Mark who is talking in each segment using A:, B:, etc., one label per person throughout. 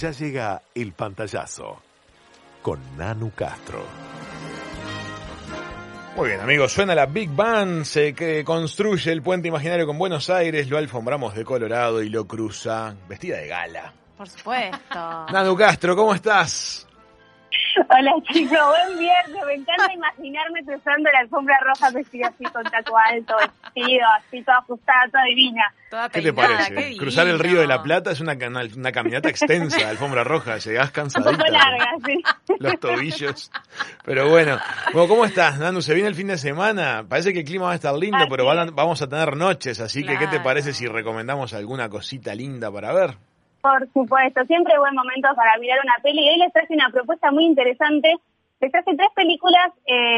A: Ya llega El Pantallazo con Nanu Castro.
B: Muy bien, amigos, suena la Big Band, que construye el puente imaginario con Buenos Aires, lo alfombramos de Colorado y lo cruza vestida de gala.
C: Por supuesto.
B: Nanu Castro, ¿cómo estás?
D: Hola chicos, buen viernes. Me encanta imaginarme cruzando la alfombra roja vestida así con taco alto, vestido, así toda ajustada, toda divina.
C: Toda
B: ¿Qué te
C: peinada,
B: parece?
C: qué
B: Cruzar el
C: divino.
B: Río de la Plata es una caminata extensa de alfombra roja, llegás
D: Un
B: cansadita.
D: poco larga, sí.
B: Los tobillos. Pero bueno, ¿cómo estás, Nanu? Se viene el fin de semana. Parece que el clima va a estar lindo,
D: Así
B: pero
D: es.
B: vamos a tener noches, así que ¿qué te
C: Claro.
B: parece si recomendamos alguna cosita linda para ver?
D: Por supuesto, siempre buen momento para mirar una peli. Y hoy les traje una propuesta muy interesante. Les traje 3 películas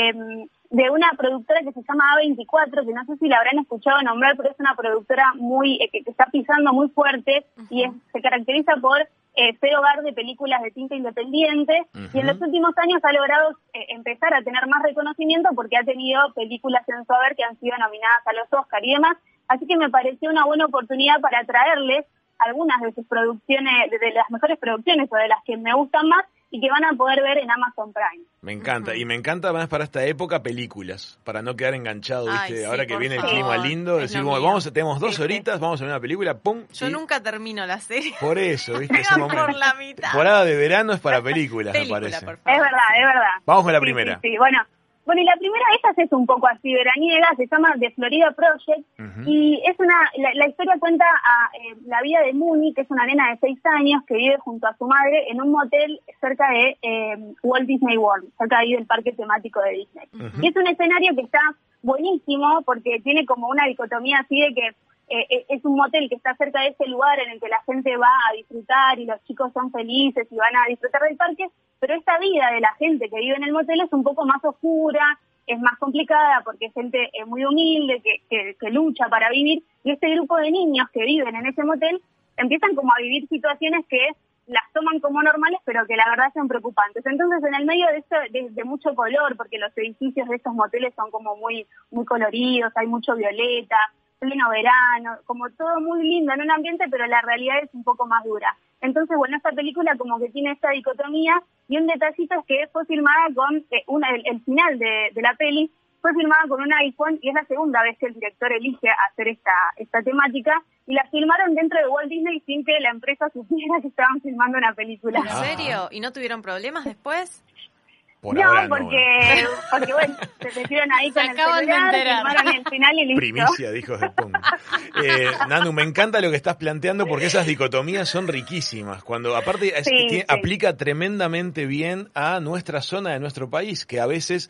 D: de una productora que se llama A24, que no sé si la habrán escuchado nombrar, pero es una productora muy que está pisando muy fuerte y se caracteriza por ser hogar de películas de tinta independiente. Y en los últimos años ha logrado empezar a tener más reconocimiento porque ha tenido películas en su haber que han sido nominadas a los Oscar y demás. Así que me pareció una buena oportunidad para traerles algunas de sus producciones, de las mejores producciones o de las que me gustan más y que van a poder ver en Amazon Prime.
B: Me encanta, y me encanta más para esta época películas, para no quedar enganchado, ¿viste?
C: Ay, sí,
B: Ahora que
C: por
B: viene el
C: favor,
B: clima lindo,
C: es
B: decimos,
C: lo mío.
B: tenemos 2
D: Sí,
B: horitas, vamos a ver una película, pum.
C: Yo
B: y
C: nunca termino la serie.
B: por eso, ¿viste?
C: Me
B: Ese
C: van por
B: momento.
C: la mitad.
B: Temporada de verano es para películas,
C: Película,
B: me parece.
C: por favor.
D: Es verdad.
B: Vamos con la
D: Sí,
B: primera.
D: Sí. Bueno, y la primera de estas es un poco así veraniega, se llama The Florida Project, y es la historia cuenta la vida de Mooney, que es una nena de 6 años que vive junto a su madre en un motel cerca de Walt Disney World, cerca ahí del parque temático de Disney. Y es un escenario que está buenísimo porque tiene como una dicotomía así de que es un motel que está cerca de ese lugar en el que la gente va a disfrutar y los chicos son felices y van a disfrutar del parque, pero esta vida de la gente que vive en el motel es un poco más oscura, es más complicada porque es gente muy humilde que lucha para vivir, y este grupo de niños que viven en ese motel empiezan como a vivir situaciones que las toman como normales, pero que la verdad son preocupantes. Entonces, en el medio de esto, de mucho color, porque los edificios de estos moteles son como muy coloridos, hay mucho violeta, pleno verano, como todo muy lindo en un ambiente, pero la realidad es un poco más dura. Entonces, bueno, esta película como que tiene esta dicotomía, y un detallito es que fue filmada con el final de la peli fue filmada con un iPhone, y es la segunda vez que el director elige hacer esta temática, y la filmaron dentro de Walt Disney sin que la empresa supiera que estaban filmando una película.
C: ¿En serio? ¿Y no tuvieron problemas después?
B: Por ahora no.
D: Porque bueno, se metieron ahí con el
C: acaban de
D: celular,
C: enterar.
D: filmaron el final y listo.
B: Primicia, de hijos de pum. Nanu, me encanta lo que estás planteando porque esas dicotomías son riquísimas. Cuando aparte
D: Sí.
B: aplica tremendamente bien a nuestra zona de nuestro país, que a veces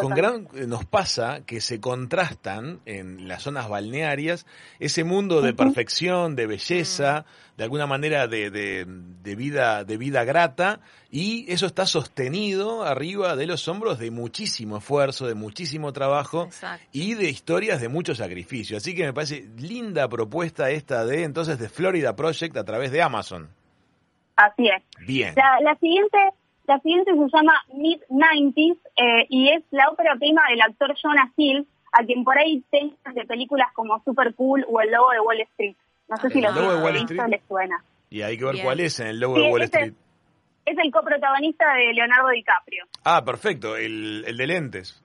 B: nos pasa que se contrastan en las zonas balnearias ese mundo de perfección, de belleza, de alguna manera de vida grata, y eso está sostenido arriba de los hombros de muchísimo esfuerzo, de muchísimo trabajo.
C: Exacto.
B: Y de historias de mucho sacrificio. Así que me parece linda propuesta esta de Florida Project a través de Amazon.
D: Así es.
B: Bien.
D: La siguiente se llama Mid-90s y es la ópera prima del actor Jonah Hill, a quien por ahí tengas de películas como Super Cool o El Lobo de Wall Street. No sé si
B: El
D: los
B: Lobo de Wall
D: visto,
B: Street.
D: les suena.
B: Y hay que ver
C: Bien.
B: cuál es en el Lobo
D: Sí,
B: de Wall
D: ese-
B: Street.
D: Es el coprotagonista de Leonardo DiCaprio.
B: Ah, perfecto. El de lentes.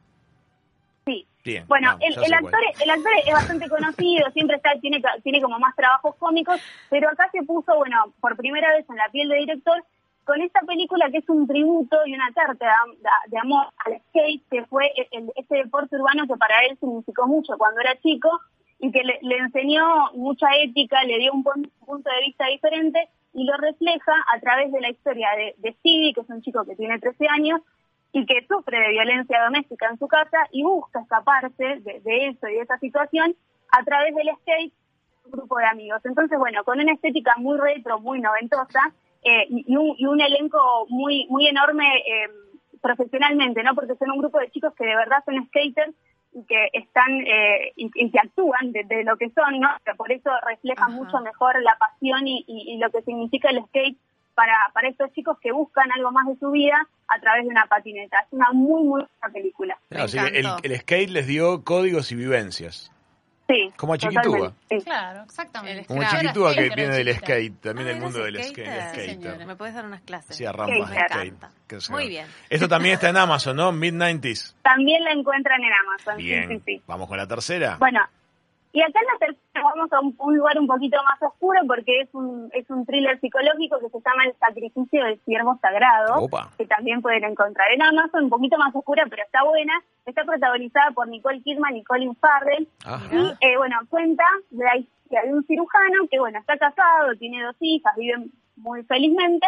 D: Sí.
B: Bien.
D: Bueno,
B: vamos, ya
D: el
B: sé
D: actor
B: cuál.
D: el actor es bastante conocido, siempre tiene como más trabajos cómicos, pero acá se puso, bueno, por primera vez en la piel de director, con esta película que es un tributo y una carta de amor al skate, que fue ese deporte urbano que para él significó mucho cuando era chico, y que le enseñó mucha ética, le dio un punto de vista diferente, y lo refleja a través de la historia de Stevie, que es un chico que tiene 13 años, y que sufre de violencia doméstica en su casa y busca escaparse de eso y de esa situación a través del skate, un grupo de amigos. Entonces, bueno, con una estética muy retro, muy noventosa, y un elenco muy enorme profesionalmente, ¿no? Porque son un grupo de chicos que de verdad son skaters y que están y que actúan de lo que son, ¿no? Que por eso reflejan mucho mejor la pasión y lo que significa el skate para estos chicos que buscan algo más de su vida a través de una patineta. Es una muy buena película.
B: Así que el skate les dio códigos y vivencias.
D: Sí.
B: Como a Chiquitúa.
D: totalmente, sí.
E: Claro, exactamente.
B: Como
C: Claro.
B: Chiquitúa, que
E: Skater
B: viene
E: de
B: del
E: chiquita.
B: skate, también el
C: ¿eres
B: mundo del
C: skater?
B: skater.
C: ¿Me puedes dar unas clases?
B: Sí, a rampas de
C: Me
B: skate.
C: encanta.
B: Que se
C: Muy
B: va.
C: bien.
B: Esto también está en Amazon, ¿no? Mid-90s.
D: También la encuentran en Amazon.
B: Bien.
D: Sí.
B: Vamos con la tercera.
D: Bueno, y acá en la tercera vamos a un lugar un poquito más oscuro porque es un thriller psicológico que se llama El sacrificio del siervo sagrado,
B: Opa.
D: que también pueden encontrar en Amazon, un poquito más oscura, pero está buena. Está protagonizada por Nicole Kidman y Colin Farrell.
B: Ajá.
D: Y, cuenta de la historia de un cirujano que, está casado, tiene 2 hijas, viven muy felizmente.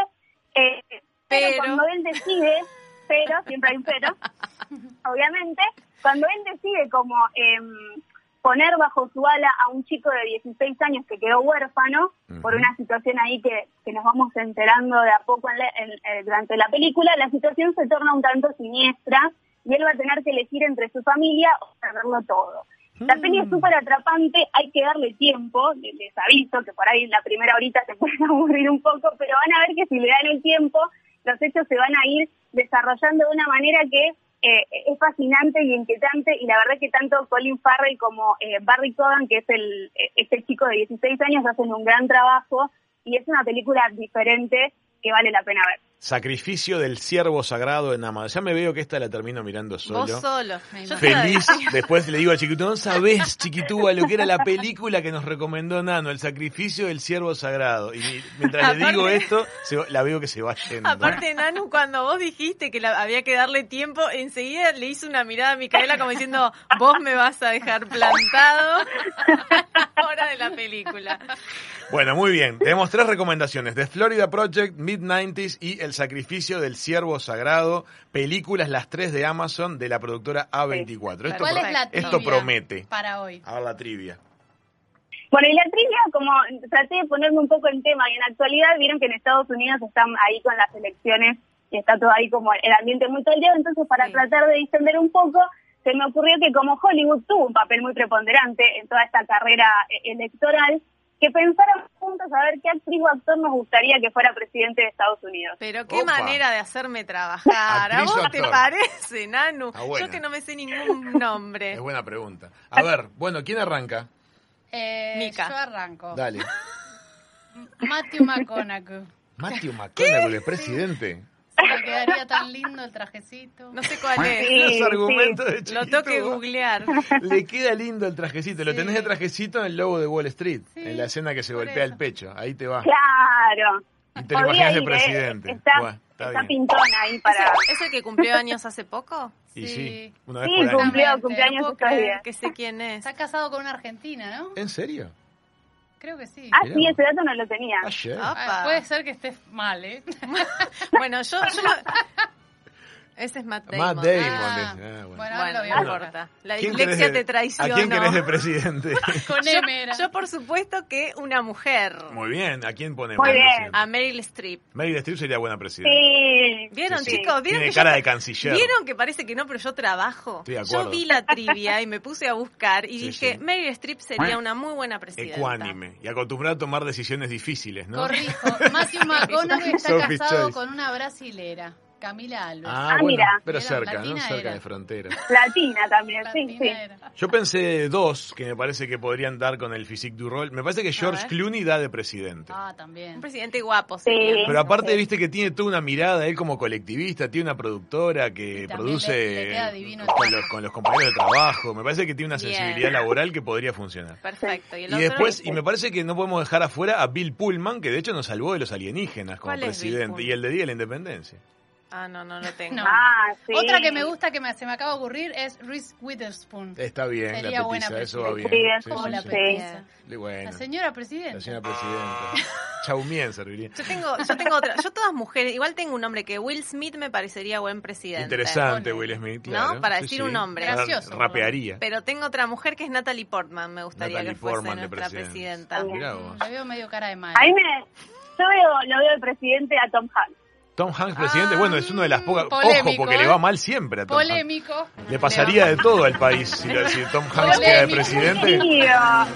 D: Pero cuando él decide, siempre hay un pero, obviamente, cuando él decide como poner bajo su ala a un chico de 16 años que quedó huérfano, por una situación ahí que nos vamos enterando de a poco durante la película, la situación se torna un tanto siniestra y él va a tener que elegir entre su familia o perderlo todo. La peli es súper atrapante, hay que darle tiempo, les aviso que por ahí la primera horita se pueden aburrir un poco, pero van a ver que si le dan el tiempo, los hechos se van a ir desarrollando de una manera que es fascinante y inquietante, y la verdad que tanto Colin Farrell como Barry Keoghan, que es este chico de 16 años, hacen un gran trabajo, y es una película diferente que vale la pena ver.
B: Sacrificio del Siervo Sagrado en Amazon. Ya me veo que esta la termino mirando solo.
C: Vos solo. Yo te iba a
B: Feliz.
C: decir.
B: Después le digo a Chiquitúa, ¿no sabés, Chiquitúa, lo que era la película que nos recomendó Nano, El Sacrificio del Siervo Sagrado? Y mientras le digo esto, la veo que se va yendo.
C: Aparte, Nanu, cuando vos dijiste que había que darle tiempo, enseguida le hice una mirada a Micaela como diciendo, vos me vas a dejar plantado a la hora de la película.
B: Bueno, muy bien. Tenemos 3 recomendaciones. The Florida Project, Mid-90s y El Sacrificio del Siervo Sagrado. Películas, las 3 de Amazon, de la productora A24.
C: Sí.
E: ¿Cuál es la trivia
B: esto promete.
E: para hoy?
B: A ver la trivia.
D: Bueno, y la trivia, como traté de ponerme un poco en tema, y en la actualidad vieron que en Estados Unidos están ahí con las elecciones y está todo ahí como el ambiente muy caldeado, entonces para tratar de distender un poco, se me ocurrió que como Hollywood tuvo un papel muy preponderante en toda esta carrera electoral, que pensáramos juntos a ver qué actriz o actor nos gustaría que fuera presidente de Estados Unidos.
C: Pero qué
B: Opa.
C: manera de hacerme trabajar. ¿A
B: Actriz o
C: vos te
B: actor.
C: parece, Nanu?
B: buena.
C: Yo que no me sé ningún nombre.
B: Es buena pregunta. A ver, bueno, ¿quién arranca?
C: Mica.
E: Yo arranco.
B: Dale.
E: Matthew McConaughey.
B: Matthew McConaughey, el presidente.
E: Me quedaría tan lindo el trajecito.
C: No sé cuál es.
D: Sí,
B: Los argumentos de
C: Lo
B: Chiquitúa.
C: tengo que googlear.
B: Le queda lindo el trajecito. Lo
E: Sí.
B: tenés de trajecito en el logo de Wall Street,
E: Sí,
B: en la escena que se
E: por
B: golpea
E: eso.
B: el pecho. Ahí te va.
D: Claro.
B: Y te lo
D: Podría
B: imaginas de
D: ir,
B: presidente.
D: Está,
B: Bueno, está
D: está
B: bien.
D: pintona ahí para...
C: ¿Es el que cumplió años hace poco?
B: Y
E: Sí.
B: sí, una vez
D: Sí,
B: por año.
D: cumplió
E: No
D: cumpleaños
C: puedo
D: estos
C: creer
D: días.
C: que sé quién es.
E: Está casado con una argentina, ¿no?
B: ¿En serio?
E: Creo que sí.
D: Ah,
B: Mirá
D: sí,
B: vos.
D: ese dato no lo tenía.
B: Ayer.
C: Apa.
E: Puede ser que estés mal, ¿eh?
C: Bueno, yo no... Ese es Matt Damon.
B: Matt Damon.
E: Ah,
B: bueno.
E: bueno,
C: Bueno,
E: lo voy
C: no
E: a
C: importa. La
B: ¿Quién
C: dislexia
B: querés de-
C: te traicionó.
B: ¿A quién querés de presidente?
E: Con M era.
C: Yo, por supuesto, que una mujer.
B: Muy bien, ¿a quién ponemos?
D: Muy
B: de
D: bien.
B: presidente?
C: A Meryl Streep.
B: Meryl Streep sería buena presidenta.
D: Sí.
C: ¿Vieron,
B: Sí, sí.
C: chicos? ¿Vieron
B: Tiene
C: que
B: cara
C: yo-
B: de canciller.
C: ¿Vieron que parece que no, pero yo trabajo?
B: Estoy de acuerdo.
C: Yo vi la trivia y me puse a buscar y
B: Sí,
C: dije,
B: sí.
C: Meryl Streep sería una muy buena presidenta.
B: Ecuánime. Y acostumbrada a tomar decisiones difíciles, ¿no?
E: Corrijo. Matthew McConaughey está
B: Sophie's
E: casado
B: Choice.
E: con una brasilera, Camila Alves.
B: Ah,
D: Ah,
B: bueno,
D: mira.
B: pero
E: Era
B: cerca, ¿no?
E: latina
B: Cerca
E: era.
B: de frontera.
D: Latina también, sí,
E: Latina
D: sí.
E: era.
B: Yo pensé 2 que me parece que podrían dar con el physique du rol. Me parece que George
C: ver.
B: Clooney da de presidente.
E: Ah, también.
C: Un presidente guapo sería.
D: Sí.
B: Pero aparte, viste que tiene toda una mirada, él como colectivista, tiene una productora que
E: Y también
B: produce
E: le queda divino el
B: con,
E: traje.
B: con los compañeros de trabajo. Me parece que tiene una
C: Bien.
B: sensibilidad laboral que podría funcionar.
C: Perfecto. ¿Y el
B: Y
C: otro?
B: después, y me parece que no podemos dejar afuera a Bill Pullman, que de hecho nos salvó de los alienígenas como
C: ¿Cuál es Bill
B: presidente,
C: Pullman?
B: y el de Día de la Independencia.
C: Ah, no lo tengo.
E: No.
D: Ah, sí.
E: Otra que me gusta, que se me acaba de ocurrir, es Reese Witherspoon.
B: Está bien,
E: Sería
B: la
E: buena
B: petiza, eso va bien.
D: presidenta.
B: Sí,
E: Como
B: sí,
E: la
B: sí.
E: petiza.
B: Y bueno,
E: La señora presidenta.
B: la señora presidenta. Chaumien serviría.
C: Yo tengo otra. Yo todas mujeres. Igual tengo un nombre que Will Smith me parecería buen presidente.
B: Interesante,
E: Ponele.
B: Will Smith, claro.
C: ¿No? Para
B: Sí,
C: decir
B: sí.
C: un nombre.
E: Gracioso,
B: Rapearía.
C: Pero tengo otra mujer que es Natalie Portman. Me gustaría
B: Natalie
C: que fuese
B: Portman de
C: nuestra
B: presidente.
C: presidenta.
B: Mirá vos.
E: Le veo medio cara de mal.
D: A mí yo lo veo el presidente a Tom Hanks.
B: Tom Hanks presidente, bueno, es una de las pocas...
E: polémico,
B: Ojo, porque
E: ¿eh?
B: le va mal siempre a Tom Hanks.
E: Polémico.
B: Le pasaría de todo al país si Tom Hanks queda de presidente.
D: Tío.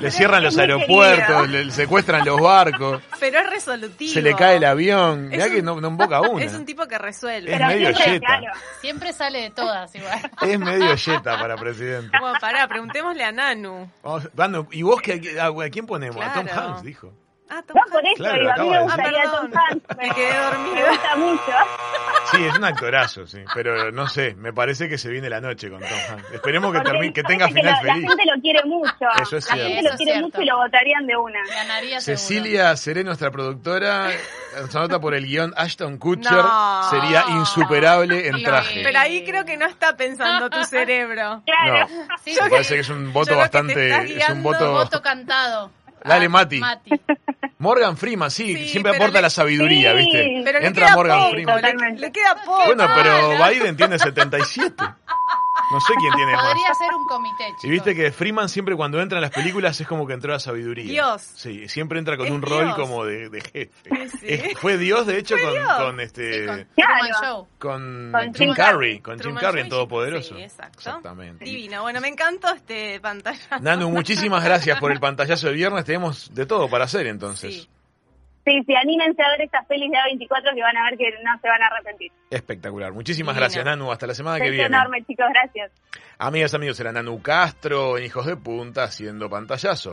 B: Le cierran los
D: muy
B: aeropuertos, le secuestran los barcos,
C: Pero es resolutivo.
B: se le cae el avión. Mirá
C: Es
B: que
C: un-
B: no invoca una.
C: Es un tipo que resuelve.
B: Es
D: Pero
B: medio
D: siempre,
B: yeta.
D: claro.
E: Siempre sale de todas igual.
B: Es medio yeta para presidente.
C: Bueno, pará, preguntémosle a Nanu.
B: Vamos, ¿y vos a quién ponemos? A Tom
C: Claro.
B: Hanks, dijo.
C: Ah, Tom
D: No,
C: Hanks.
D: por eso,
B: Claro,
D: digo, a mí
B: acaba
D: me
B: de
D: gustaría
C: decir.
D: Tom Hanks.
C: Me quedé dormida.
D: Me gusta mucho.
B: Sí, es un actorazo, sí. Pero no sé, me parece que se viene la noche con Tom Hanks. Esperemos que
D: Porque
B: termine, que
D: parece
B: tenga final
D: la
B: feliz.
D: gente lo quiere mucho.
B: Eso es
D: La
B: cierto.
D: gente
E: Eso
D: lo
E: es
D: quiere
E: cierto.
D: mucho y lo votarían de una.
E: Ganaría seguro.
B: Cecilia Seré, nuestra productora, nos anota por el guión Ashton Kutcher,
C: No.
B: sería insuperable en
E: Sí.
B: traje.
C: Pero ahí creo que no está pensando tu cerebro.
D: Claro.
B: No,
E: Sí,
B: me
E: sí.
B: parece que es un voto
C: Yo creo que te
B: bastante,
C: estás
B: es un
C: guiando,
B: voto.
E: Voto cantado.
B: Dale, Mati.
E: Mati.
B: Morgan Freeman, sí,
C: Sí,
B: siempre
C: pero
B: aporta
C: le-
B: la sabiduría,
D: sí,
B: ¿viste?
C: Pero le
B: Entra
C: queda
B: Morgan
C: poco,
B: Freeman.
D: Totalmente.
C: le queda poco.
B: Bueno, pero Biden tiene 77. No sé quién tiene más.
E: Podría ser un comité, chicos.
B: Y viste que Freeman siempre cuando entra en las películas es como que entró a sabiduría.
C: Dios.
B: Sí, siempre entra con
C: Es
B: un rol
C: Dios.
B: como de jefe.
C: Sí.
B: Fue Dios, de hecho, con
E: Sí, con
D: Claro.
E: Truman Show.
B: con
D: Con
B: Jim
D: Jim
B: Carrey, con Jim
C: Truman
B: Carrey
C: Show
B: en
C: y-
B: Todopoderoso.
C: Sí, exacto.
B: Exactamente.
C: Divino. Bueno, me encantó este pantalla.
B: Nanu, muchísimas gracias por el pantallazo del viernes. Tenemos de todo para hacer entonces.
C: Sí.
D: Sí, anímense a ver estas pelis de A24 que van a ver que no se van a arrepentir.
B: Espectacular. Muchísimas
C: Divino.
B: gracias, Nanu. Hasta la semana que
D: Beso
B: viene.
D: enorme, chicos, gracias.
B: Amigas, amigos, era Nanu Castro en Hijos de Punta haciendo pantallazo.